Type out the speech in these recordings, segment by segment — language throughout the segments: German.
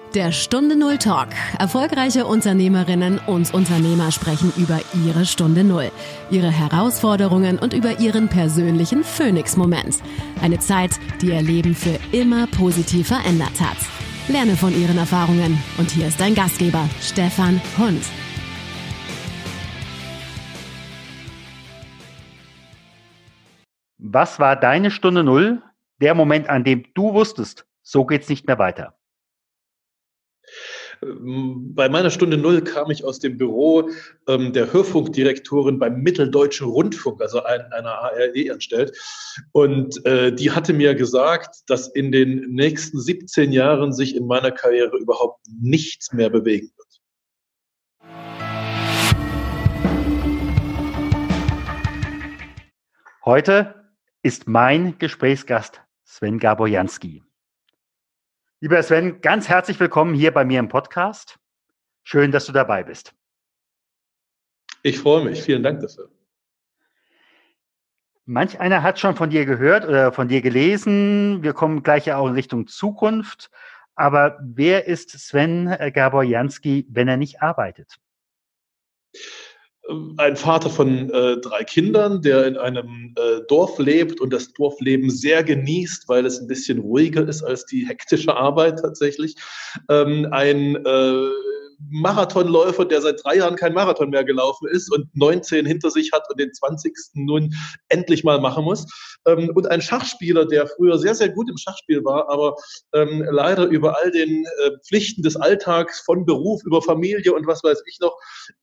Der Stunde Null Talk. Erfolgreiche Unternehmerinnen und Unternehmer sprechen über ihre Stunde Null, ihre Herausforderungen und über ihren persönlichen Phoenix-Moment. Eine Zeit, die ihr Leben für immer positiv verändert hat. Lerne von ihren Erfahrungen. Und hier ist dein Gastgeber, Stefan Hund. Was war deine Stunde Null? Der Moment, an dem du wusstest, so geht's nicht mehr weiter. Bei meiner Stunde Null kam ich aus dem Büro der Hörfunkdirektorin beim Mitteldeutschen Rundfunk, also einer ARD-Anstalt. Und die hatte mir gesagt, dass in den nächsten 17 Jahren sich in meiner Karriere überhaupt nichts mehr bewegen wird. Heute ist mein Gesprächsgast Sven Gaborjanski. Lieber Sven, ganz herzlich willkommen hier bei mir im Podcast. Schön, dass du dabei bist. Ich freue mich. Vielen Dank dafür. Manch einer hat schon von dir gehört oder von dir gelesen. Wir kommen gleich ja auch in Richtung Zukunft. Aber wer ist Sven Gaborjanski, wenn er nicht arbeitet? Ein Vater von 3 Kindern, der in einem Dorf lebt und das Dorfleben sehr genießt, weil es ein bisschen ruhiger ist als die hektische Arbeit tatsächlich. Ein Marathonläufer, der seit 3 Jahren kein Marathon mehr gelaufen ist und 19 hinter sich hat und den 20. nun endlich mal machen muss. Und ein Schachspieler, der früher sehr, sehr gut im Schachspiel war, aber leider über all den Pflichten des Alltags von Beruf über Familie und was weiß ich noch,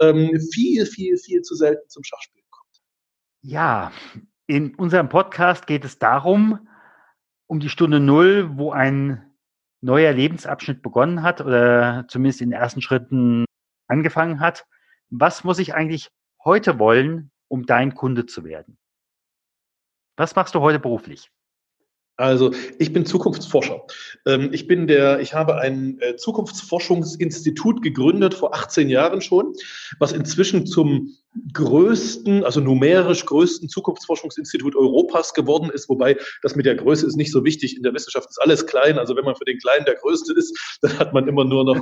viel zu selten zum Schachspielen kommt. Ja, in unserem Podcast geht es darum, um die Stunde Null, wo ein neuer Lebensabschnitt begonnen hat oder zumindest in den ersten Schritten angefangen hat. Was muss ich eigentlich heute wollen, um dein Kunde zu werden? Was machst du heute beruflich? Also ich bin Zukunftsforscher. Ich habe ein Zukunftsforschungsinstitut gegründet vor 18 Jahren schon, was inzwischen zum größten, also numerisch größten Zukunftsforschungsinstitut Europas geworden ist, wobei das mit der Größe ist nicht so wichtig. In der Wissenschaft ist alles klein. Also wenn man für den Kleinen der Größte ist, dann hat man immer nur noch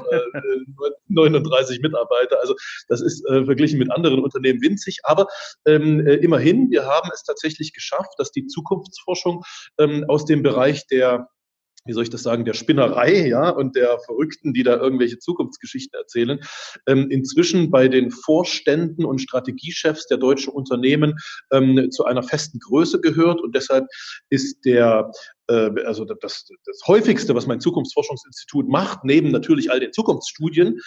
39 Mitarbeiter. Also das ist verglichen mit anderen Unternehmen winzig. Aber immerhin, wir haben es tatsächlich geschafft, dass die Zukunftsforschung aus dem Bereich der, wie soll ich das sagen, der Spinnerei, ja, und der Verrückten, die da irgendwelche Zukunftsgeschichten erzählen, inzwischen bei den Vorständen und Strategiechefs der deutschen Unternehmen zu einer festen Größe gehört. Und deshalb ist also das häufigste, was mein Zukunftsforschungsinstitut macht, neben natürlich all den Zukunftsstudien,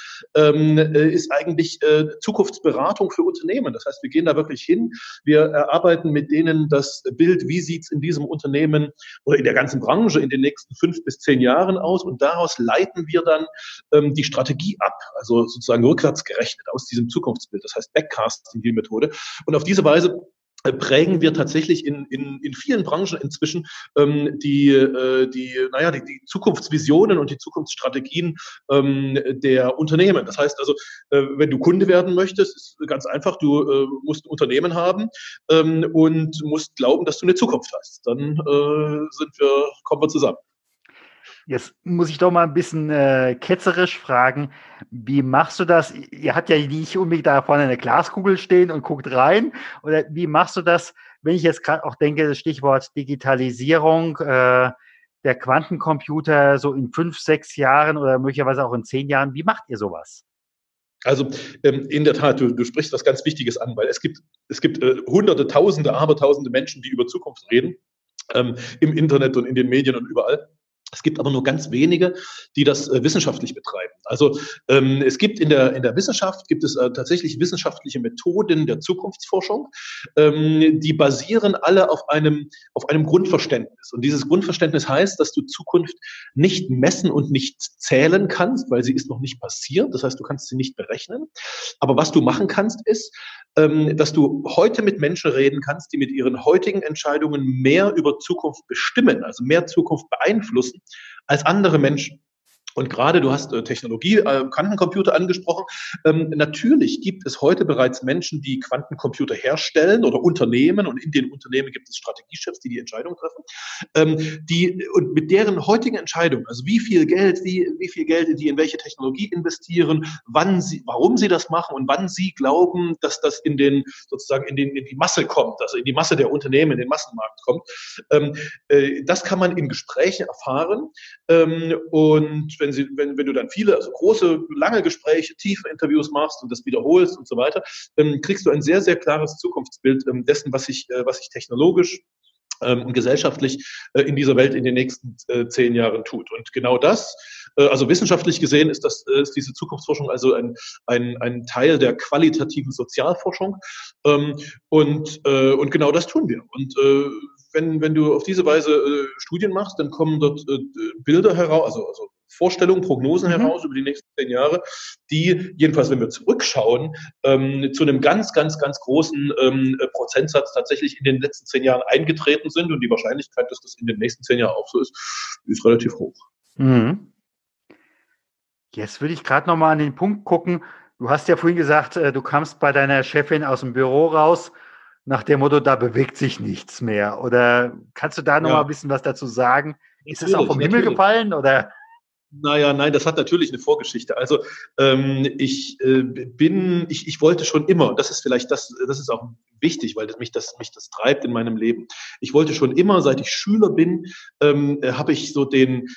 ist eigentlich Zukunftsberatung für Unternehmen. Das heißt, wir gehen da wirklich hin, wir erarbeiten mit denen das Bild, wie sieht's in diesem Unternehmen oder in der ganzen Branche in den nächsten 5 bis 10 Jahren aus, und daraus leiten wir dann die Strategie ab, also sozusagen rückwärts gerechnet aus diesem Zukunftsbild. Das heißt Backcasting, die Methode. Und auf diese Weise prägen wir tatsächlich in vielen Branchen inzwischen die Zukunftsvisionen und die Zukunftsstrategien der Unternehmen. Das heißt also, wenn du Kunde werden möchtest, ist ganz einfach, du musst ein Unternehmen haben und musst glauben, dass du eine Zukunft hast. Dann kommen wir zusammen. Jetzt muss ich doch mal ein bisschen ketzerisch fragen, wie machst du das? Ihr habt ja nicht unbedingt da vorne eine Glaskugel stehen und guckt rein. Oder wie machst du das, wenn ich jetzt gerade auch denke, das Stichwort Digitalisierung, der Quantencomputer so in 5, 6 Jahren oder möglicherweise auch in 10 Jahren, wie macht ihr sowas? Also in der Tat, du sprichst was ganz Wichtiges an, weil es gibt Hunderte, Tausende, Abertausende Menschen, die über Zukunft reden, im Internet und in den Medien und überall. Es gibt aber nur ganz wenige, die das wissenschaftlich betreiben. Also es gibt in der Wissenschaft tatsächlich wissenschaftliche Methoden der Zukunftsforschung, die basieren alle auf einem Grundverständnis. Und dieses Grundverständnis heißt, dass du Zukunft nicht messen und nicht zählen kannst, weil sie ist noch nicht passiert. Das heißt, du kannst sie nicht berechnen. Aber was du machen kannst, ist, dass du heute mit Menschen reden kannst, die mit ihren heutigen Entscheidungen mehr über Zukunft bestimmen, also mehr Zukunft beeinflussen als andere Menschen. Und gerade du hast Technologie, Quantencomputer angesprochen. Natürlich gibt es heute bereits Menschen, die Quantencomputer herstellen oder Unternehmen, und in den Unternehmen gibt es Strategiechefs, die Entscheidung treffen, und mit deren heutigen Entscheidung, also wie viel Geld die in welche Technologie investieren, warum sie das machen und wann sie glauben, dass das in die Masse kommt, also in die Masse der Unternehmen, in den Massenmarkt kommt. Das kann man in Gesprächen erfahren. Und wenn du dann viele, also große, lange Gespräche, tiefe Interviews machst und das wiederholst und so weiter, kriegst du ein sehr, sehr klares Zukunftsbild dessen, was sich technologisch und gesellschaftlich in dieser Welt in den nächsten 10 Jahren tut. Und genau das, also wissenschaftlich gesehen, ist diese Zukunftsforschung also ein Teil der qualitativen Sozialforschung. Und genau das tun wir. Und wenn du auf diese Weise Studien machst, dann kommen dort Bilder heraus, also Vorstellungen, Prognosen heraus über die nächsten 10 Jahre, die, jedenfalls wenn wir zurückschauen, zu einem ganz, ganz, ganz großen Prozentsatz tatsächlich in den letzten 10 Jahren eingetreten sind. Und die Wahrscheinlichkeit, dass das in den nächsten 10 Jahren auch so ist relativ hoch. Mhm. Jetzt würde ich gerade nochmal an den Punkt gucken. Du hast ja vorhin gesagt, du kamst bei deiner Chefin aus dem Büro raus, nach dem Motto, da bewegt sich nichts mehr. Oder kannst du da nochmal ein bisschen was dazu sagen? Ist es auch vom Himmel gefallen, oder? Naja, nein, das hat natürlich eine Vorgeschichte. Also ich wollte schon immer, das ist vielleicht das ist auch wichtig, weil mich das treibt in meinem Leben. Ich wollte schon immer, seit ich Schüler bin, habe ich so diesen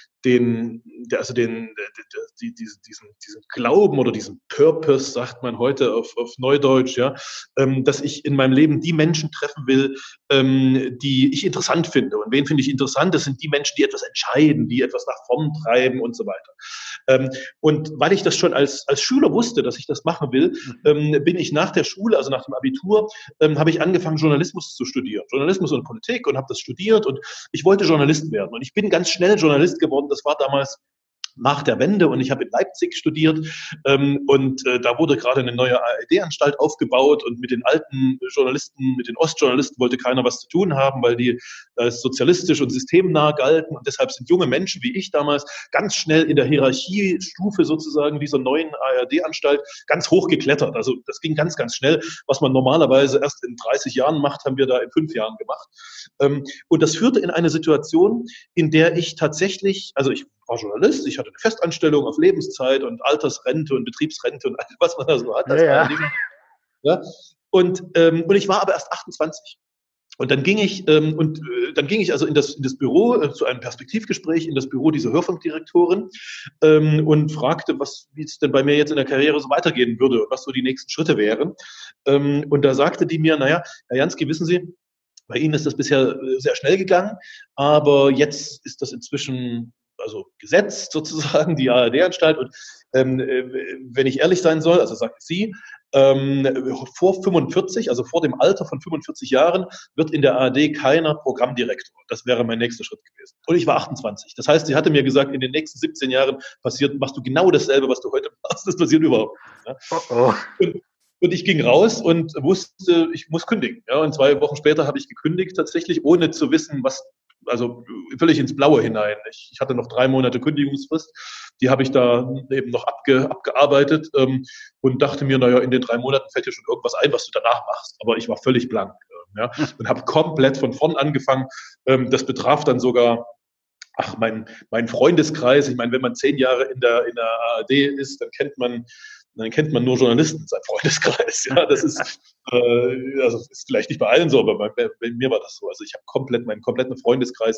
Glauben oder diesen Purpose, sagt man heute auf Neudeutsch, ja, dass ich in meinem Leben die Menschen treffen will, die ich interessant finde. Und wen finde ich interessant? Das sind die Menschen, die etwas entscheiden, die etwas nach vorn treiben und so weiter. Und weil ich das schon als Schüler wusste, dass ich das machen will, bin ich nach der Schule, also nach dem Abitur, habe ich angefangen, Journalismus zu studieren. Journalismus und Politik, und habe das studiert, und ich wollte Journalist werden. Und ich bin ganz schnell Journalist geworden. Das war damals nach der Wende, und ich habe in Leipzig studiert, und da wurde gerade eine neue ARD-Anstalt aufgebaut, und mit den alten Journalisten, mit den Ostjournalisten wollte keiner was zu tun haben, weil die sozialistisch und systemnah galten, und deshalb sind junge Menschen wie ich damals ganz schnell in der Hierarchiestufe sozusagen dieser neuen ARD-Anstalt ganz hoch geklettert. Also das ging ganz, ganz schnell. Was man normalerweise erst in 30 Jahren macht, haben wir da in 5 Jahren gemacht. Und das führte in eine Situation, in der ich tatsächlich, also ich war Journalist, ich hatte eine Festanstellung auf Lebenszeit und Altersrente und Betriebsrente und alles, was man da so hat. Ja. Und ich war aber erst 28. Und dann ging ich also in das Büro, zu einem Perspektivgespräch in das Büro dieser Hörfunkdirektorin, und fragte, wie es denn bei mir jetzt in der Karriere so weitergehen würde und was so die nächsten Schritte wären. Und da sagte die mir, naja, Herr Jansky, wissen Sie, bei Ihnen ist das bisher sehr schnell gegangen, aber jetzt ist das inzwischen also gesetzt sozusagen, die ARD-Anstalt. Und wenn ich ehrlich sein soll, also sagt sie, vor 45, also vor dem Alter von 45 Jahren, wird in der ARD keiner Programmdirektor. Das wäre mein nächster Schritt gewesen. Und ich war 28. Das heißt, sie hatte mir gesagt, in den nächsten 17 Jahren machst du genau dasselbe, was du heute machst. Das passiert überhaupt nicht. Ja? Und ich ging raus und wusste, ich muss kündigen. Ja, und 2 Wochen später habe ich gekündigt, tatsächlich, ohne zu wissen, also völlig ins Blaue hinein. Ich hatte noch 3 Monate Kündigungsfrist, die habe ich da eben noch abgearbeitet, und dachte mir, naja, in den 3 Monaten fällt dir schon irgendwas ein, was du danach machst. Aber ich war völlig blank, ja, und habe komplett von vorn angefangen. Das betraf dann sogar mein Freundeskreis. Ich meine, wenn man 10 Jahre in der ARD ist, dann kennt man nur Journalisten in seinem Freundeskreis. Ja, das ist, also ist vielleicht nicht bei allen so, aber bei mir war das so. Also ich habe meinen kompletten Freundeskreis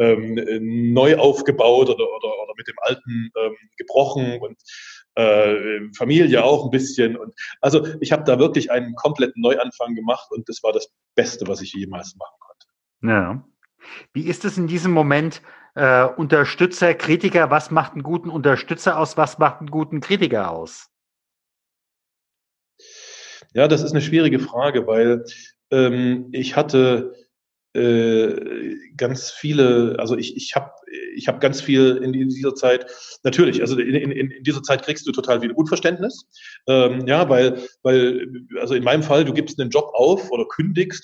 neu aufgebaut oder mit dem Alten gebrochen, und Familie auch ein bisschen. Und also ich habe da wirklich einen kompletten Neuanfang gemacht, und das war das Beste, was ich jemals machen konnte. Ja. Wie ist es in diesem Moment? Unterstützer, Kritiker, was macht einen guten Unterstützer aus? Was macht einen guten Kritiker aus? Ja, das ist eine schwierige Frage, weil ich hatte ganz viele, also ich habe ganz viel in dieser Zeit, natürlich, also in dieser Zeit kriegst du total viel Unverständnis, ja, weil, also in meinem Fall, du gibst einen Job auf oder kündigst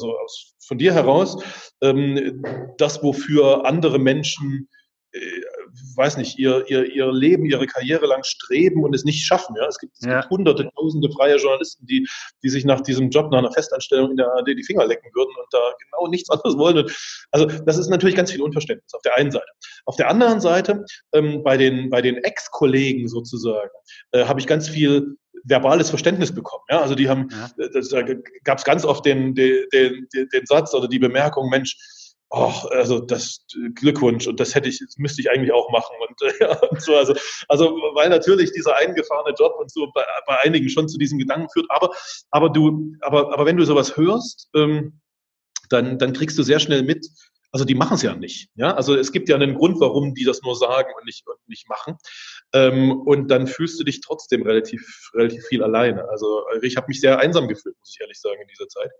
von dir heraus, das, wofür andere Menschen weiß nicht, ihr Leben, ihre Karriere lang streben und es nicht schaffen. Ja? Es gibt hunderte, tausende freie Journalisten, die sich nach diesem Job, nach einer Festanstellung in der ARD die Finger lecken würden und da genau nichts anderes wollen. Und also das ist natürlich ganz viel Unverständnis auf der einen Seite. Auf der anderen Seite, bei den Ex-Kollegen sozusagen, habe ich ganz viel verbales Verständnis bekommen. Ja? Also die haben, da gab es ganz oft den Satz oder die Bemerkung, Mensch, also das Glückwunsch und das müsste ich eigentlich auch machen und so, also weil natürlich dieser eingefahrene Job und so bei einigen schon zu diesem Gedanken führt, aber wenn du sowas hörst, dann kriegst du sehr schnell mit, also die machen es ja nicht, ja, also es gibt ja einen Grund, warum die das nur sagen und nicht machen, und dann fühlst du dich trotzdem relativ viel alleine. Also ich habe mich sehr einsam gefühlt, muss ich ehrlich sagen, in dieser Zeit,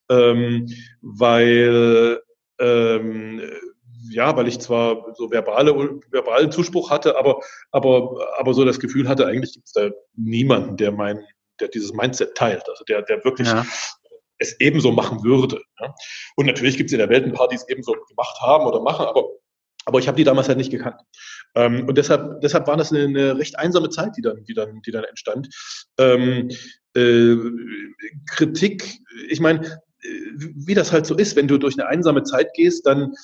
weil ich zwar so verbalen Zuspruch hatte, aber so das Gefühl hatte, eigentlich gibt es da niemanden, der dieses Mindset teilt, also der wirklich es ebenso machen würde. Ja? Und natürlich gibt es in der Welt ein paar, die es ebenso gemacht haben oder machen, aber ich habe die damals halt nicht gekannt. Und deshalb war das eine recht einsame Zeit, die dann entstand. Kritik, ich meine, wie das halt so ist, wenn du durch eine einsame Zeit gehst, dann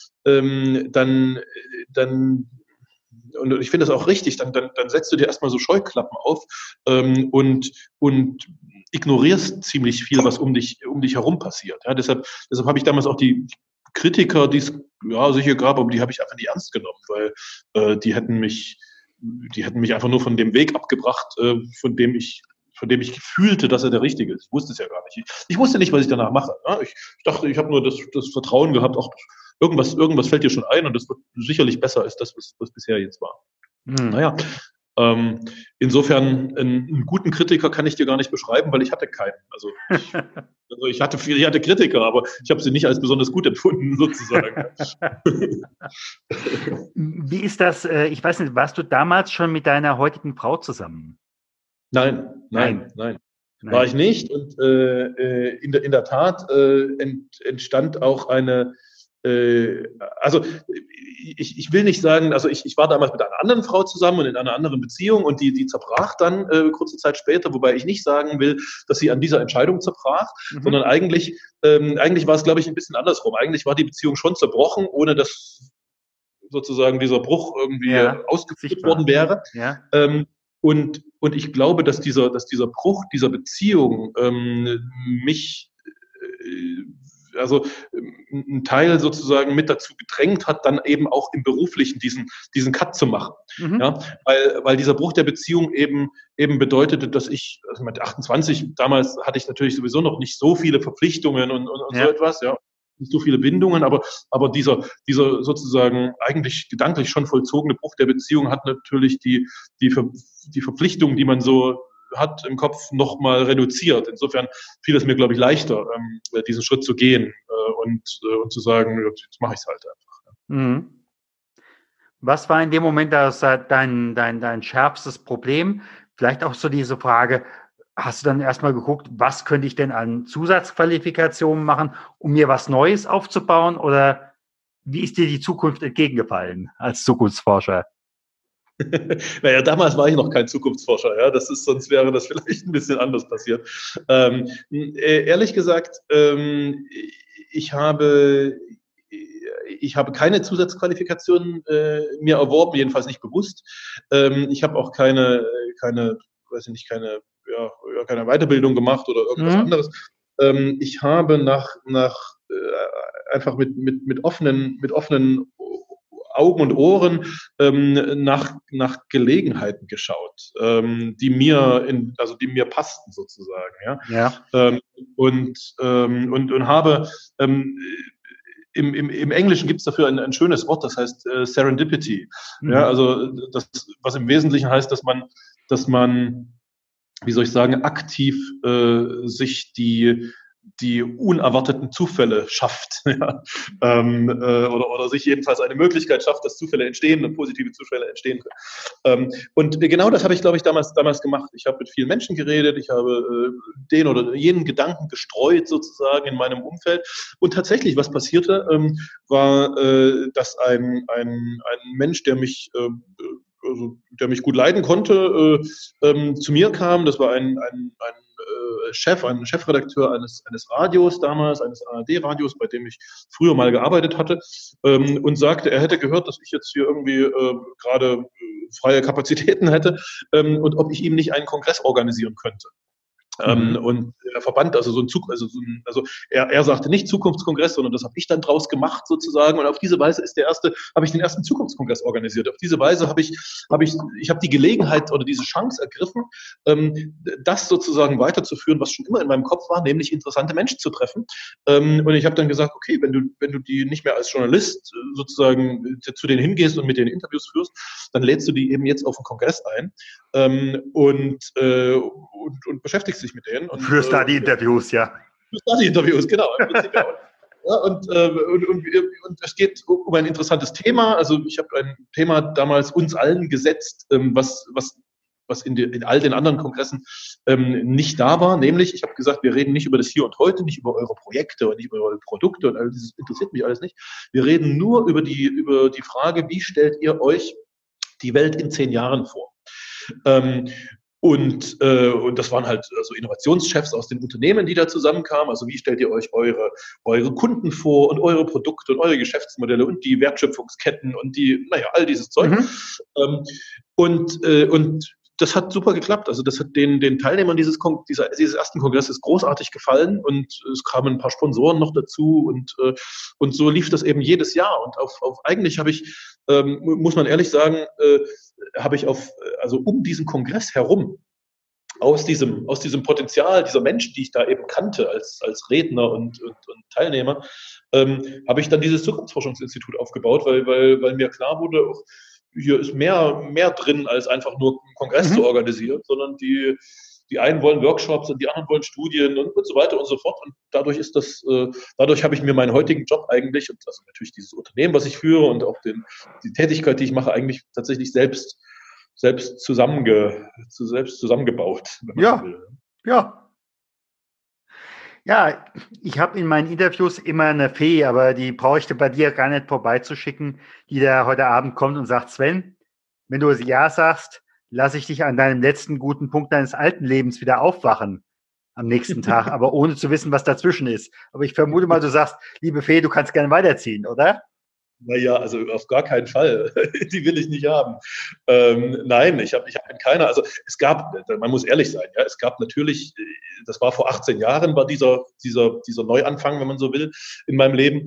und ich finde das auch richtig, dann setzt du dir erstmal so Scheuklappen auf und ignorierst ziemlich viel, was um dich herum passiert. Ja, deshalb habe ich damals auch die Kritiker, die es sicher gab, aber die habe ich einfach nicht ernst genommen, weil die hätten mich einfach nur von dem Weg abgebracht, von dem ich fühlte, dass er der Richtige ist. Ich wusste es ja gar nicht. Ich wusste nicht, was ich danach mache. Ja? Ich dachte, ich habe nur das Vertrauen gehabt, irgendwas fällt dir schon ein und das wird sicherlich besser als das, was bisher jetzt war. Naja, insofern einen guten Kritiker kann ich dir gar nicht beschreiben, weil ich hatte keinen. Also ich hatte Kritiker, aber ich habe sie nicht als besonders gut empfunden, sozusagen. Wie ist das, ich weiß nicht, warst du damals schon mit deiner heutigen Frau zusammen? Nein. War ich nicht. Und in der Tat entstand auch eine, also ich will nicht sagen, also ich war damals mit einer anderen Frau zusammen und in einer anderen Beziehung und die zerbrach dann kurze Zeit später, wobei ich nicht sagen will, dass sie an dieser Entscheidung zerbrach, sondern eigentlich war es, glaube ich, ein bisschen andersrum. Eigentlich war die Beziehung schon zerbrochen, ohne dass sozusagen dieser Bruch irgendwie ausgeführt worden wäre. Ja. Und ich glaube, dass dieser Bruch dieser Beziehung mich also ein Teil sozusagen mit dazu gedrängt hat, dann eben auch im Beruflichen diesen Cut zu machen. Ja, weil dieser Bruch der Beziehung eben bedeutete, dass also mit 28, damals hatte ich natürlich sowieso noch nicht so viele Verpflichtungen und so etwas, nicht so viele Bindungen, aber dieser sozusagen eigentlich gedanklich schon vollzogene Bruch der Beziehung hat natürlich die Verpflichtungen, die man so hat im Kopf, nochmal reduziert. Insofern fiel es mir, glaube ich, leichter, diesen Schritt zu gehen und zu sagen, jetzt mache ich es halt einfach. Was war in dem Moment dein schärfstes Problem? Vielleicht auch so diese Frage, hast du dann erstmal geguckt, was könnte ich denn an Zusatzqualifikationen machen, um mir was Neues aufzubauen? Oder wie ist dir die Zukunft entgegengefallen als Zukunftsforscher? Naja, damals war ich noch kein Zukunftsforscher, ja. Sonst wäre das vielleicht ein bisschen anders passiert. Ehrlich gesagt, ich habe keine Zusatzqualifikationen mir erworben, jedenfalls nicht bewusst. Ich habe auch keine Weiterbildung gemacht oder irgendwas anderes. Ich habe einfach mit offenen Augen und Ohren nach Gelegenheiten geschaut, die mir passten sozusagen, und habe im Englischen gibt es dafür ein schönes Wort, das heißt Serendipity. Ja, also das, was im Wesentlichen heißt, dass man, wie soll ich sagen, aktiv sich die die unerwarteten Zufälle schafft, ja, oder sich jedenfalls eine Möglichkeit schafft, dass Zufälle entstehen und positive Zufälle entstehen können. Und genau das habe ich, glaube ich, damals gemacht. Ich habe mit vielen Menschen geredet, ich habe den oder jenen Gedanken gestreut sozusagen in meinem Umfeld. Und tatsächlich, was passierte, war, dass ein Mensch, der mich gut leiden konnte, zu mir kam. Das war ein Chefredakteur eines Radios damals, eines ARD-Radios, bei dem ich früher mal gearbeitet hatte, und sagte, er hätte gehört, dass ich jetzt hier irgendwie gerade freie Kapazitäten hätte, und ob ich ihm nicht einen Kongress organisieren könnte. Und er verband also er sagte nicht Zukunftskongress, sondern das habe ich dann draus gemacht sozusagen. Und auf diese Weise habe ich den ersten Zukunftskongress organisiert. Auf diese Weise habe ich die Gelegenheit oder diese Chance ergriffen, das sozusagen weiterzuführen, was schon immer in meinem Kopf war, nämlich interessante Menschen zu treffen. Und ich habe dann gesagt, okay, wenn du die nicht mehr als Journalist sozusagen zu denen hingehst und mit denen Interviews führst, dann lädst du die eben jetzt auf den Kongress ein und beschäftigst dich mit denen. Und, führst da die Interviews, ja. Führst da die Interviews, genau. Im Prinzip, ja. Ja, und es geht um ein interessantes Thema. Also ich habe ein Thema damals uns allen gesetzt, was in all den anderen Kongressen nicht da war. Nämlich, ich habe gesagt, wir reden nicht über das Hier und Heute, nicht über eure Projekte und nicht über eure Produkte und all das interessiert mich alles nicht. Wir reden nur über die Frage, wie stellt ihr euch die Welt in 10 Jahren vor? Und das waren halt also Innovationschefs aus den Unternehmen, die da zusammenkamen. Also wie stellt ihr euch eure Kunden vor und eure Produkte und eure Geschäftsmodelle und die Wertschöpfungsketten und all dieses Zeug. Und das hat super geklappt. Also das hat den Teilnehmern dieses ersten Kongresses großartig gefallen und es kamen ein paar Sponsoren noch dazu und so lief das eben jedes Jahr. Und eigentlich habe ich, muss man ehrlich sagen, habe ich um diesen Kongress herum aus diesem Potenzial dieser Menschen, die ich da eben kannte als Redner und Teilnehmer, habe ich dann dieses Zukunftsforschungsinstitut aufgebaut, weil mir klar wurde, auch hier ist mehr drin, als einfach nur einen Kongress zu organisieren, sondern die einen wollen Workshops und die anderen wollen Studien und so weiter und so fort. Und dadurch habe ich mir meinen heutigen Job eigentlich, und also natürlich dieses Unternehmen, was ich führe und auch die Tätigkeit, die ich mache, eigentlich tatsächlich selbst zusammengebaut, wenn man so will. Ja. Ja, ich habe in meinen Interviews immer eine Fee, aber die brauche ich bei dir gar nicht vorbeizuschicken, die da heute Abend kommt und sagt, Sven, wenn du Ja sagst, lasse ich dich an deinem letzten guten Punkt deines alten Lebens wieder aufwachen am nächsten Tag, aber ohne zu wissen, was dazwischen ist. Aber ich vermute mal, du sagst, liebe Fee, du kannst gerne weiterziehen, oder? Naja, also auf gar keinen Fall. Die will ich nicht haben. Nein, ich hab keine. Also es gab, man muss ehrlich sein, ja, es gab natürlich, das war vor 18 Jahren, war dieser Neuanfang, wenn man so will, in meinem Leben.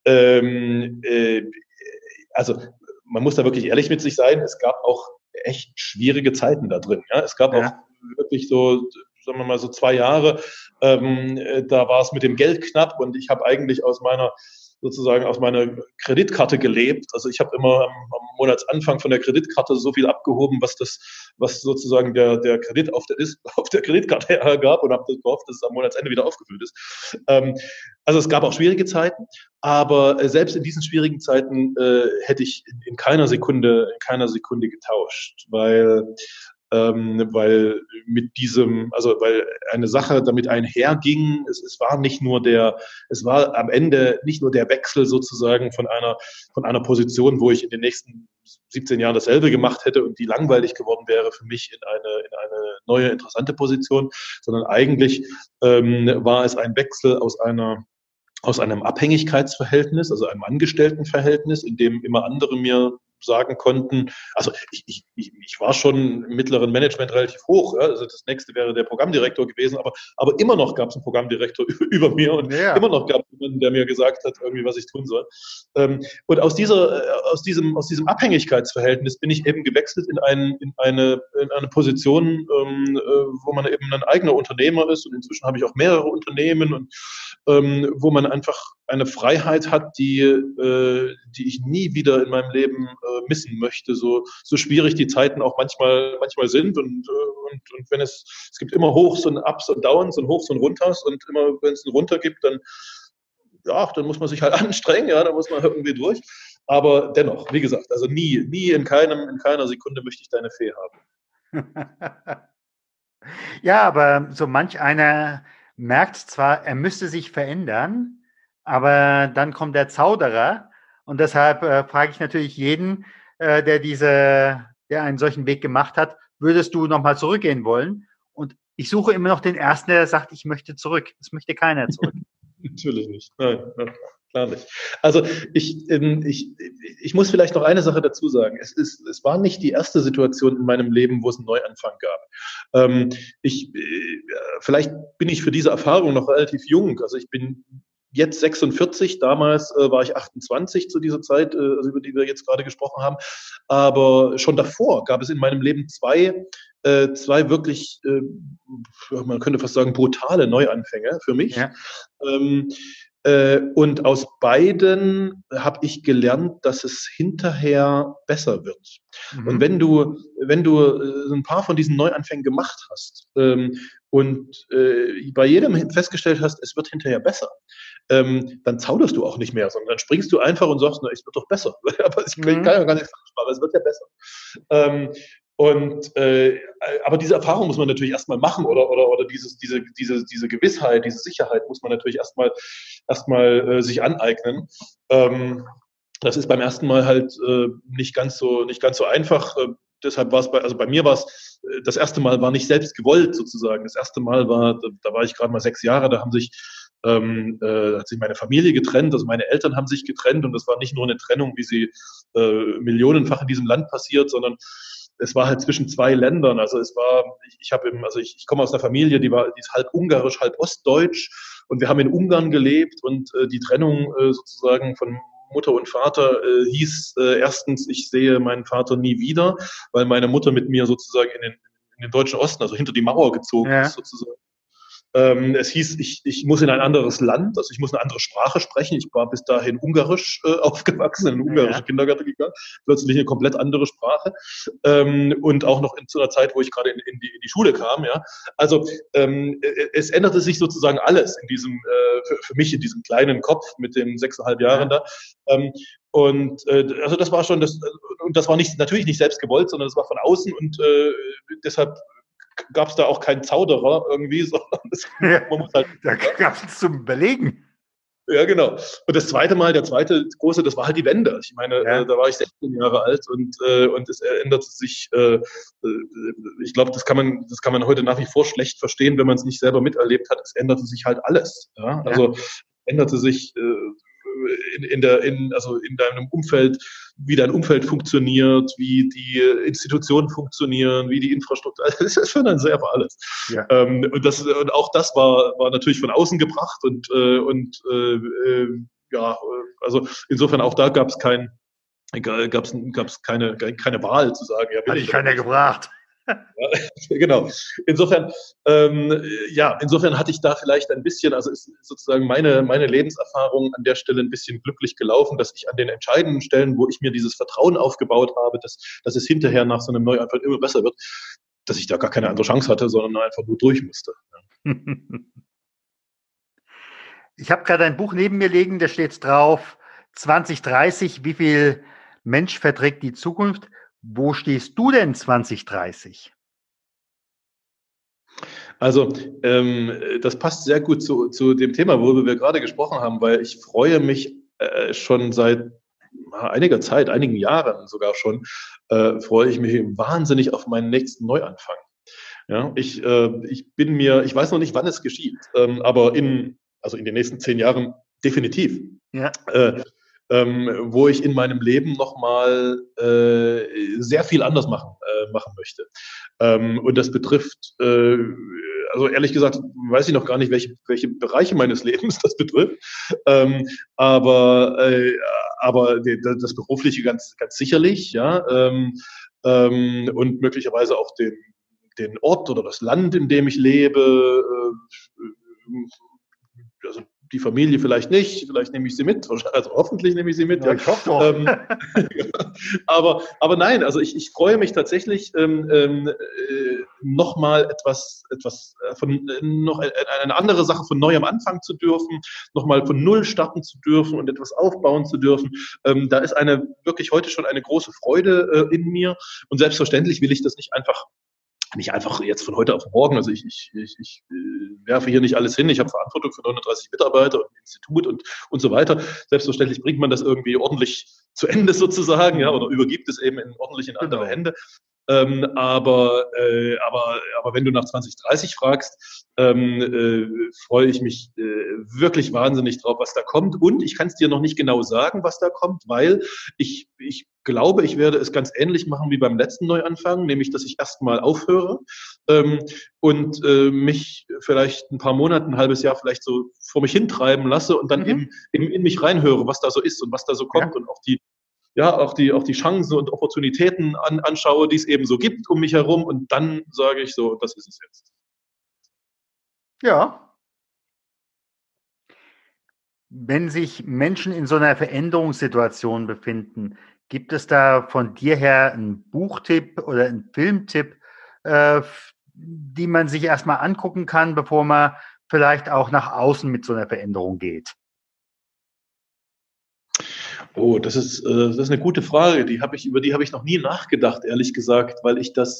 Also man muss da wirklich ehrlich mit sich sein. Es gab auch echt schwierige Zeiten da drin. Ja? Es gab auch wirklich so, sagen wir mal, so 2 Jahre, da war es mit dem Geld knapp und ich habe eigentlich aus meiner Kreditkarte gelebt. Also ich habe immer am Monatsanfang von der Kreditkarte so viel abgehoben, was sozusagen der Kredit auf der Kreditkarte ergab und habe gehofft, dass es am Monatsende wieder aufgefüllt ist. Also es gab auch schwierige Zeiten, aber selbst in diesen schwierigen Zeiten hätte ich in keiner Sekunde getauscht, weil eine Sache damit einherging, es war am Ende nicht nur der Wechsel sozusagen von einer Position, wo ich in den nächsten 17 Jahren dasselbe gemacht hätte und die langweilig geworden wäre für mich in eine neue, interessante Position, sondern eigentlich war es ein Wechsel aus einem Abhängigkeitsverhältnis, also einem Angestelltenverhältnis, in dem immer andere mir sagen konnten, also ich war schon im mittleren Management relativ hoch, ja? Also das nächste wäre der Programmdirektor gewesen, aber immer noch gab es einen Programmdirektor über mir und immer noch gab es jemanden, der mir gesagt hat, irgendwie, was ich tun soll. Und aus diesem Abhängigkeitsverhältnis bin ich eben gewechselt in eine Position, wo man eben ein eigener Unternehmer ist. Und inzwischen habe ich auch mehrere Unternehmen und wo man einfach eine Freiheit hat, die ich nie wieder in meinem Leben missen möchte. So schwierig die Zeiten auch manchmal sind und wenn es gibt immer Hochs und Ups und Downs und Hochs und Runters und immer wenn es einen Runter gibt, dann muss man sich halt anstrengen, ja, da muss man irgendwie durch. Aber dennoch, wie gesagt, also nie in keiner Sekunde möchte ich deine Fee haben. Ja, aber so manch einer merkt zwar, er müsste sich verändern, aber dann kommt der Zauderer und deshalb frage ich natürlich jeden, der einen solchen Weg gemacht hat, würdest du nochmal zurückgehen wollen? Und ich suche immer noch den Ersten, der sagt, ich möchte zurück. Es möchte keiner zurück. Natürlich nicht. Nein, klar nicht. Also ich muss vielleicht noch eine Sache dazu sagen. Es war nicht die erste Situation in meinem Leben, wo es einen Neuanfang gab. Vielleicht bin ich für diese Erfahrung noch relativ jung. Also ich bin jetzt 46, damals war ich 28 zu dieser Zeit, also über die wir jetzt gerade gesprochen haben. Aber schon davor gab es in meinem Leben zwei wirklich, man könnte fast sagen, brutale Neuanfänge für mich. Ja. Und aus beiden habe ich gelernt, dass es hinterher besser wird. Mhm. Und wenn du ein paar von diesen Neuanfängen gemacht hast und bei jedem festgestellt hast, es wird hinterher besser, dann zauderst du auch nicht mehr, sondern dann springst du einfach und sagst, na, es wird doch besser. Aber ich kann ja gar nicht falsch machen, es wird ja besser. Aber diese Erfahrung muss man natürlich erstmal machen oder diese Gewissheit, diese Sicherheit muss man natürlich erstmal sich aneignen. Das ist beim ersten Mal halt nicht ganz so einfach. Deshalb war es bei mir war es, das erste Mal war nicht selbst gewollt sozusagen. Das erste Mal da war ich gerade mal 6 Jahre, da hat sich meine Familie getrennt, also meine Eltern haben sich getrennt und das war nicht nur eine Trennung, wie sie millionenfach in diesem Land passiert, sondern es war halt zwischen 2 Ländern. Also ich komme aus einer Familie, die ist halb ungarisch, halb ostdeutsch und wir haben in Ungarn gelebt und die Trennung sozusagen von Mutter und Vater hieß erstens, ich sehe meinen Vater nie wieder, weil meine Mutter mit mir sozusagen in den deutschen Osten, also hinter die Mauer gezogen ist sozusagen. Es hieß, ich muss in ein anderes Land, also ich muss eine andere Sprache sprechen. Ich war bis dahin ungarisch aufgewachsen, in einen ungarischen Kindergarten gegangen, plötzlich eine komplett andere Sprache und auch noch zu einer Zeit, wo ich gerade in die Schule kam. Ja. Also es änderte sich sozusagen alles in diesem, für mich in diesem kleinen Kopf mit den 6,5 Jahren da. Also das war schon und das war natürlich nicht selbst gewollt, sondern das war von außen und deshalb gab es da auch keinen Zauderer irgendwie, sondern man muss halt. Da gab es zum Überlegen. Ja, genau. Und der zweite große, das war halt die Wende. Ich meine, da war ich 16 Jahre alt und es änderte sich, ich glaube, das kann man heute nach wie vor schlecht verstehen, wenn man es nicht selber miterlebt hat. Es änderte sich halt alles. Ja? Also änderte sich in deinem Umfeld, wie dein Umfeld funktioniert, wie die Institutionen funktionieren, wie die Infrastruktur, das ist schon ein sehr für alles. Ja. Und auch das war natürlich von außen gebracht also insofern auch da gab es keine Wahl zu sagen, ja, hat dich keiner gebracht. Ja, genau. Insofern hatte ich da vielleicht ein bisschen, also ist sozusagen meine Lebenserfahrung an der Stelle ein bisschen glücklich gelaufen, dass ich an den entscheidenden Stellen, wo ich mir dieses Vertrauen aufgebaut habe, dass es hinterher nach so einem Neuanfang immer besser wird, dass ich da gar keine andere Chance hatte, sondern einfach nur durch musste. Ich habe gerade ein Buch neben mir liegen, da steht drauf, 2030, wie viel Mensch verträgt die Zukunft? Wo stehst du denn 2030? Also das passt sehr gut zu dem Thema, worüber wir gerade gesprochen haben, weil ich freue mich schon seit einiger Zeit, einigen Jahren sogar schon, freue ich mich wahnsinnig auf meinen nächsten Neuanfang. Ja, ich weiß noch nicht, wann es geschieht, aber in den nächsten 10 Jahren definitiv. Ja. Wo ich in meinem Leben nochmal sehr viel anders machen möchte. Und das betrifft also ehrlich gesagt, weiß ich noch gar nicht, welche Bereiche meines Lebens das betrifft. Aber das Berufliche ganz, ganz sicherlich, ja. Und möglicherweise auch den Ort oder das Land, in dem ich lebe. Also die Familie vielleicht nicht, vielleicht nehme ich sie mit, also hoffentlich nehme ich sie mit. Ja, ich hoffe doch. Aber nein, also ich freue mich tatsächlich, nochmal noch eine andere Sache von neuem anfangen zu dürfen, nochmal von Null starten zu dürfen und etwas aufbauen zu dürfen. Da ist wirklich heute schon eine große Freude in mir und selbstverständlich will ich das nicht einfach jetzt von heute auf morgen. Also ich werfe hier nicht alles hin. Ich habe Verantwortung für 39 Mitarbeiter und ein Institut und so weiter. Selbstverständlich bringt man das irgendwie ordentlich zu Ende sozusagen, ja, oder übergibt es eben ordentlich in andere Hände. Aber wenn du nach 2030 fragst, freue ich mich wirklich wahnsinnig drauf, was da kommt. Und ich kann es dir noch nicht genau sagen, was da kommt, weil ich glaube, ich werde es ganz ähnlich machen wie beim letzten Neuanfang, nämlich, dass ich erstmal aufhöre und mich vielleicht ein paar Monate, ein halbes Jahr vielleicht so vor mich hintreiben lasse und dann eben in mich reinhöre, was da so ist und was da so kommt und auch die Chancen und Opportunitäten anschaue, die es eben so gibt um mich herum und dann sage ich so, das ist es jetzt. Ja. Wenn sich Menschen in so einer Veränderungssituation befinden, gibt es da von dir her einen Buchtipp oder einen Filmtipp, die man sich erstmal angucken kann, bevor man vielleicht auch nach außen mit so einer Veränderung geht? Oh, das ist eine gute Frage. Über die habe ich noch nie nachgedacht, ehrlich gesagt, weil ich das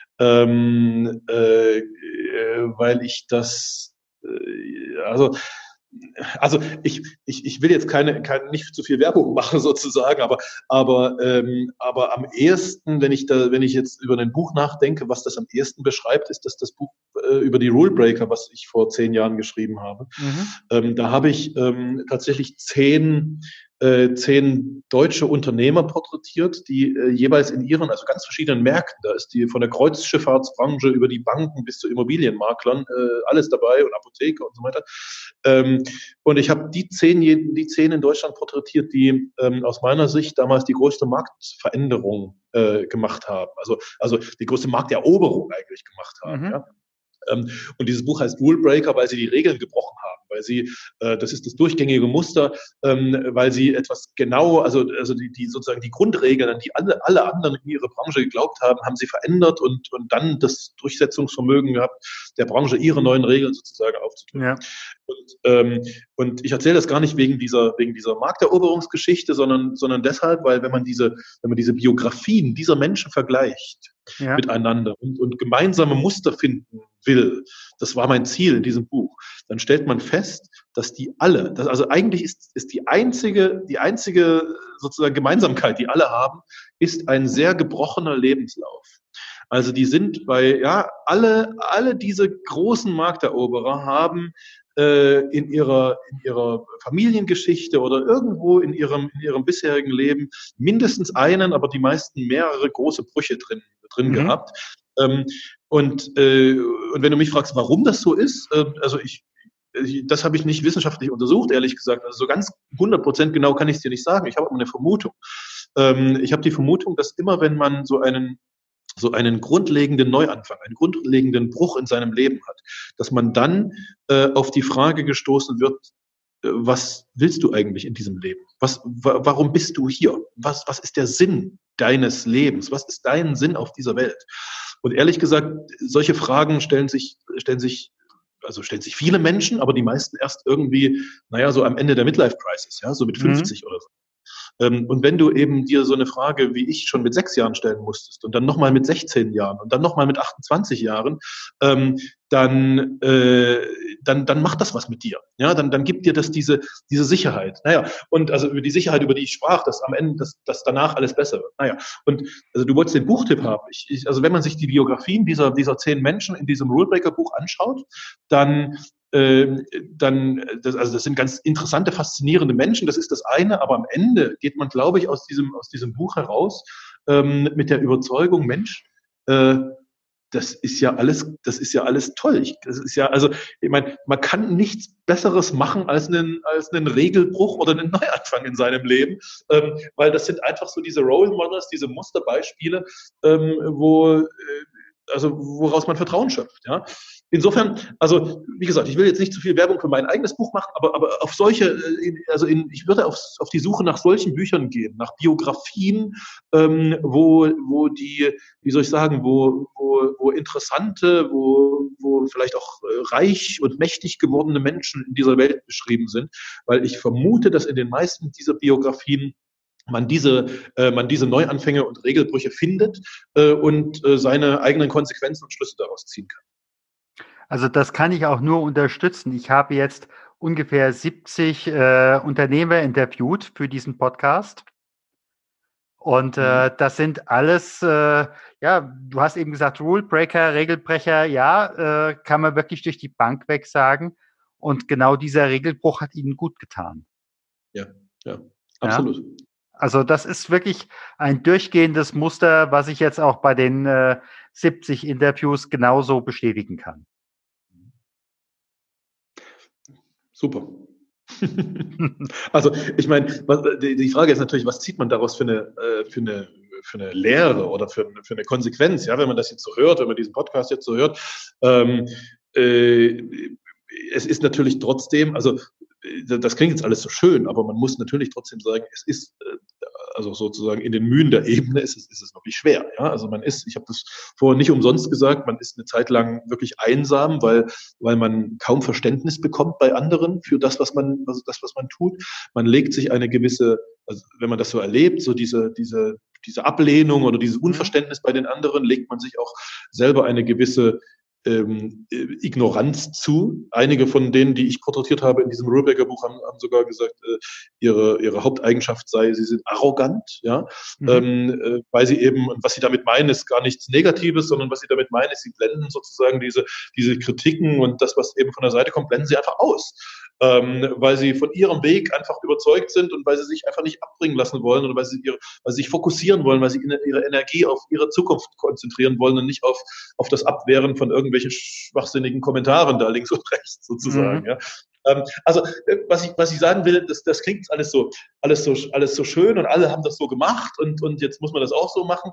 ich will jetzt nicht zu viel Werbung machen sozusagen, aber am ehesten, wenn ich jetzt über ein Buch nachdenke, was das am ehesten beschreibt, ist das Buch über die Rule Breaker, was ich vor 10 Jahren geschrieben habe. Da habe ich tatsächlich 10 deutsche Unternehmer porträtiert, die jeweils in ihren, also ganz verschiedenen Märkten, da ist die von der Kreuzschifffahrtsbranche über die Banken bis zu Immobilienmaklern, alles dabei und Apotheker und so weiter. Und ich habe die 10 in Deutschland porträtiert, die aus meiner Sicht damals die größte Marktveränderung gemacht haben. Also die größte Markteroberung eigentlich gemacht haben. Ja. Und dieses Buch heißt Rule Breaker, weil sie die Regeln gebrochen haben, weil sie, das ist das durchgängige Muster, weil sie etwas genau, also die sozusagen die Grundregeln, an die alle anderen in ihrer Branche geglaubt haben sie verändert und dann das Durchsetzungsvermögen gehabt, der Branche ihre neuen Regeln sozusagen aufzudrücken. Ja. Und ich erzähle das gar nicht wegen dieser Markteroberungsgeschichte, sondern deshalb, weil wenn man diese Biografien dieser Menschen vergleicht, miteinander und gemeinsame Muster finden will, das war mein Ziel in diesem Buch, dann stellt man fest, dass also eigentlich ist die einzige sozusagen Gemeinsamkeit, die alle haben, ist ein sehr gebrochener Lebenslauf. Also die sind alle diese großen Markteroberer haben in ihrer Familiengeschichte oder irgendwo in ihrem bisherigen Leben mindestens einen, aber die meisten mehrere große Brüche drin gehabt. Und wenn du mich fragst, warum das so ist, das habe ich nicht wissenschaftlich untersucht, ehrlich gesagt. Also so ganz 100% genau kann ich es dir nicht sagen. Ich habe aber eine Vermutung. Ich habe die Vermutung, dass immer, wenn man so einen grundlegenden Neuanfang, einen grundlegenden Bruch in seinem Leben hat, dass man dann auf die Frage gestoßen wird, was willst du eigentlich in diesem Leben? Warum bist du hier? Was ist der Sinn deines Lebens? Was ist dein Sinn auf dieser Welt? Und ehrlich gesagt, solche Fragen stellen sich viele Menschen, aber die meisten erst irgendwie, so am Ende der Midlife-Crisis, ja, so mit 50 oder so. Und wenn du eben dir so eine Frage wie ich schon mit 6 Jahren stellen musstest und dann nochmal mit 16 Jahren und dann nochmal mit 28 Jahren, dann macht das was mit dir. Ja, dann gibt dir das diese Sicherheit. Und also über die Sicherheit, über die ich sprach, dass am Ende, dass danach alles besser wird. Und also du wolltest den Buchtipp haben. Also wenn man sich die Biografien dieser 10 Menschen in diesem Rulebreaker-Buch anschaut, das sind ganz interessante, faszinierende Menschen, das ist das eine, aber am Ende geht man, glaube ich, aus diesem Buch heraus mit der Überzeugung, Mensch, das ist ja alles toll. Also, ich meine, man kann nichts Besseres machen als einen Regelbruch oder einen Neuanfang in seinem Leben, weil das sind einfach so diese Role Models, diese Musterbeispiele, woraus man Vertrauen schöpft, ja. Insofern, also wie gesagt, ich will jetzt nicht zu viel Werbung für mein eigenes Buch machen, aber auf ich würde auf die Suche nach solchen Büchern gehen, nach Biografien, wo die, wie soll ich sagen, wo interessante, wo vielleicht auch reich und mächtig gewordene Menschen in dieser Welt beschrieben sind, weil ich vermute, dass in den meisten dieser Biografien man diese Neuanfänge und Regelbrüche findet und seine eigenen Konsequenzen und Schlüsse daraus ziehen kann. Also das kann ich auch nur unterstützen. Ich habe jetzt ungefähr 70 Unternehmer interviewt für diesen Podcast. Und das sind alles, du hast eben gesagt, Rulebreaker, Regelbrecher, kann man wirklich durch die Bank weg sagen. Und genau dieser Regelbruch hat ihnen gut getan. Ja, absolut. Ja? Also das ist wirklich ein durchgehendes Muster, was ich jetzt auch bei den 70 Interviews genauso bestätigen kann. Super. Also ich meine, die Frage ist natürlich, was zieht man daraus für eine Lehre oder für eine Konsequenz, ja, wenn man das jetzt so hört, wenn man diesen Podcast jetzt so hört. Es ist natürlich trotzdem, also das klingt jetzt alles so schön, aber man muss natürlich trotzdem sagen, es ist also sozusagen in den Mühen der Ebene ist es wirklich schwer. Ja? Also ich habe das vorher nicht umsonst gesagt, man ist eine Zeit lang wirklich einsam, weil man kaum Verständnis bekommt bei anderen für das, was man tut. Man legt sich eine gewisse, also wenn man das so erlebt, so diese Ablehnung oder dieses Unverständnis bei den anderen, legt man sich auch selber eine gewisse Ignoranz zu. Einige von denen, die ich porträtiert habe in diesem Rulebreaker-Buch, haben sogar gesagt, ihre Haupteigenschaft sei, sie sind arrogant, ja, weil sie eben, und was sie damit meinen, ist gar nichts Negatives, sondern was sie damit meinen, ist, sie blenden sozusagen diese Kritiken und das, was eben von der Seite kommt, blenden sie einfach aus. Weil sie von ihrem Weg einfach überzeugt sind und weil sie sich einfach nicht abbringen lassen wollen oder weil sie sich fokussieren wollen, weil sie ihre Energie auf ihre Zukunft konzentrieren wollen und nicht auf das Abwehren von irgendwelchen schwachsinnigen Kommentaren da links und rechts sozusagen. Ja. Also was ich sagen will, das klingt alles so schön und alle haben das so gemacht und jetzt muss man das auch so machen.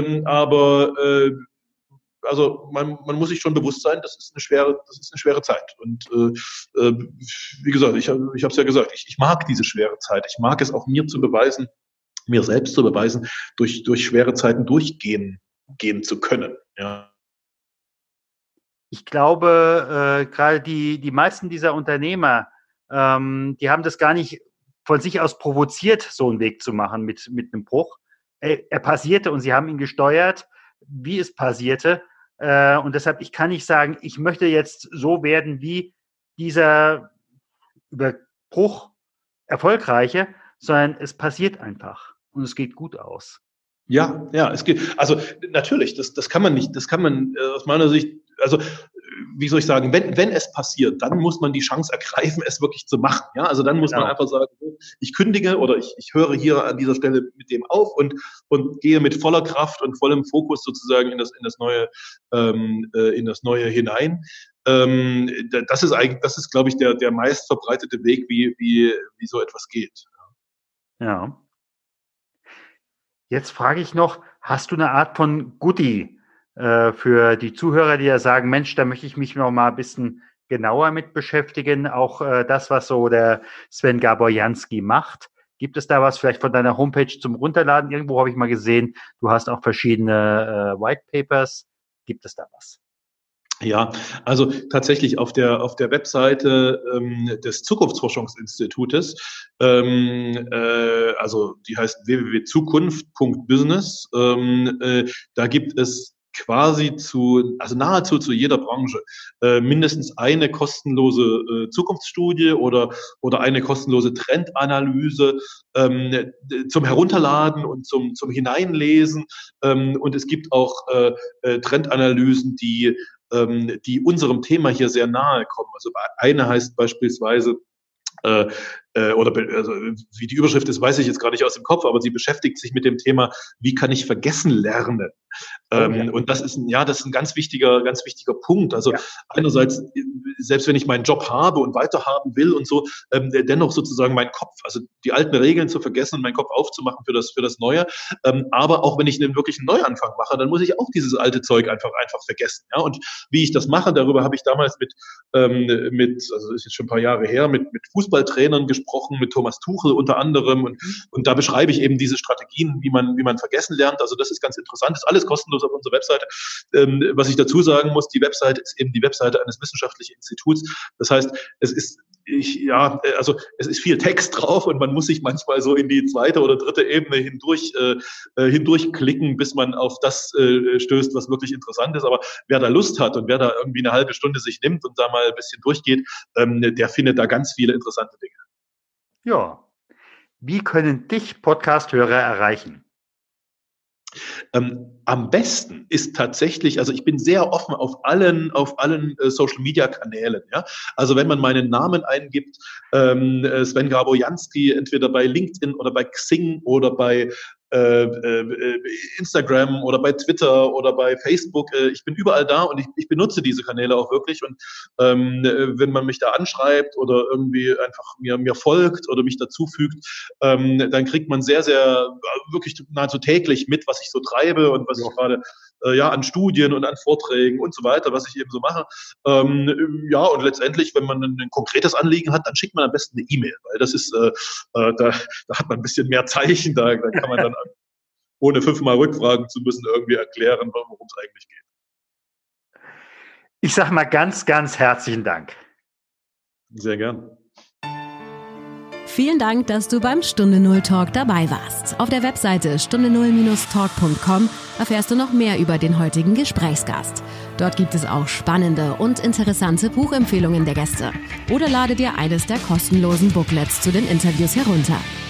Also man muss sich schon bewusst sein, das ist eine schwere Zeit. Und wie gesagt, ich habe es ja gesagt, ich mag diese schwere Zeit. Ich mag es auch mir selbst zu beweisen, durch schwere Zeiten durchgehen zu können. Ja. Ich glaube, gerade die meisten dieser Unternehmer, die haben das gar nicht von sich aus provoziert, so einen Weg zu machen mit einem Bruch. Er passierte und sie haben ihn gesteuert, wie es passierte. Und deshalb, ich kann nicht sagen, ich möchte jetzt so werden wie dieser Überbruch Erfolgreiche, sondern es passiert einfach und es geht gut aus. Ja, es geht. Also natürlich, das kann man nicht, aus meiner Sicht, also wie soll ich sagen, wenn es passiert, dann muss man die Chance ergreifen, es wirklich zu machen. Ja, also dann muss man einfach sagen, ich kündige oder ich höre hier an dieser Stelle mit dem auf und gehe mit voller Kraft und vollem Fokus sozusagen in das Neue hinein. Das ist, glaube ich, der meist verbreitete Weg, wie so etwas geht. Ja. Jetzt frage ich noch, hast du eine Art von Goodie für die Zuhörer, die ja sagen, Mensch, da möchte ich mich noch mal ein bisschen genauer mit beschäftigen, auch das, was so der Sven Gaborjanski macht. Gibt es da was vielleicht von deiner Homepage zum Runterladen? Irgendwo habe ich mal gesehen, du hast auch verschiedene White Papers. Gibt es da was? Ja, also tatsächlich auf der Webseite des Zukunftsforschungsinstitutes, also die heißt www.zukunft.business, da gibt es quasi nahezu zu jeder Branche mindestens eine kostenlose Zukunftsstudie oder eine kostenlose Trendanalyse zum Herunterladen und zum Hineinlesen, und es gibt auch Trendanalysen, die unserem Thema hier sehr nahe kommen. Also eine heißt beispielsweise also wie die Überschrift ist, weiß ich jetzt gar nicht aus dem Kopf, aber sie beschäftigt sich mit dem Thema, wie kann ich vergessen lernen? Und das ist ein ganz wichtiger Punkt. Also einerseits, selbst wenn ich meinen Job habe und weiterhaben will und so, dennoch sozusagen meinen Kopf, also die alten Regeln zu vergessen und meinen Kopf aufzumachen für das Neue. Aber auch wenn ich einen wirklichen Neuanfang mache, dann muss ich auch dieses alte Zeug einfach vergessen. Ja? Und wie ich das mache, darüber habe ich damals also ist jetzt schon ein paar Jahre her, mit Fußballtrainern gesprochen, mit Thomas Tuchel unter anderem. Und da beschreibe ich eben diese Strategien, wie man vergessen lernt. Also das ist ganz interessant. Das ist alles kostenlos auf unserer Webseite. Was ich dazu sagen muss, die Webseite ist eben die Webseite eines wissenschaftlichen Instituts. Das heißt, es ist viel Text drauf und man muss sich manchmal so in die zweite oder dritte Ebene hindurchklicken, bis man auf das stößt, was wirklich interessant ist. Aber wer da Lust hat und wer da irgendwie eine halbe Stunde sich nimmt und da mal ein bisschen durchgeht, der findet da ganz viele interessante Dinge. Ja. Wie können dich Podcast-Hörer erreichen? Am besten ist tatsächlich, also ich bin sehr offen auf allen Social-Media-Kanälen. Ja? Also wenn man meinen Namen eingibt, Sven Grabo-Jansky, entweder bei LinkedIn oder bei Xing oder bei Instagram oder bei Twitter oder bei Facebook. Ich bin überall da und ich benutze diese Kanäle auch wirklich. Und wenn man mich da anschreibt oder irgendwie einfach mir folgt oder mich dazufügt, dann kriegt man sehr, sehr, wirklich nahezu täglich mit, was ich so treibe und was ich gerade an Studien und an Vorträgen und so weiter, was ich eben so mache. Und letztendlich, wenn man ein konkretes Anliegen hat, dann schickt man am besten eine E-Mail, weil das ist, da hat man ein bisschen mehr Zeichen, da kann man dann ohne 5-mal rückfragen zu müssen, irgendwie erklären, worum es eigentlich geht. Ich sage mal ganz, ganz herzlichen Dank. Sehr gern. Vielen Dank, dass du beim Stunde Null Talk dabei warst. Auf der Webseite stunde0-talk.com erfährst du noch mehr über den heutigen Gesprächsgast. Dort gibt es auch spannende und interessante Buchempfehlungen der Gäste. Oder lade dir eines der kostenlosen Booklets zu den Interviews herunter.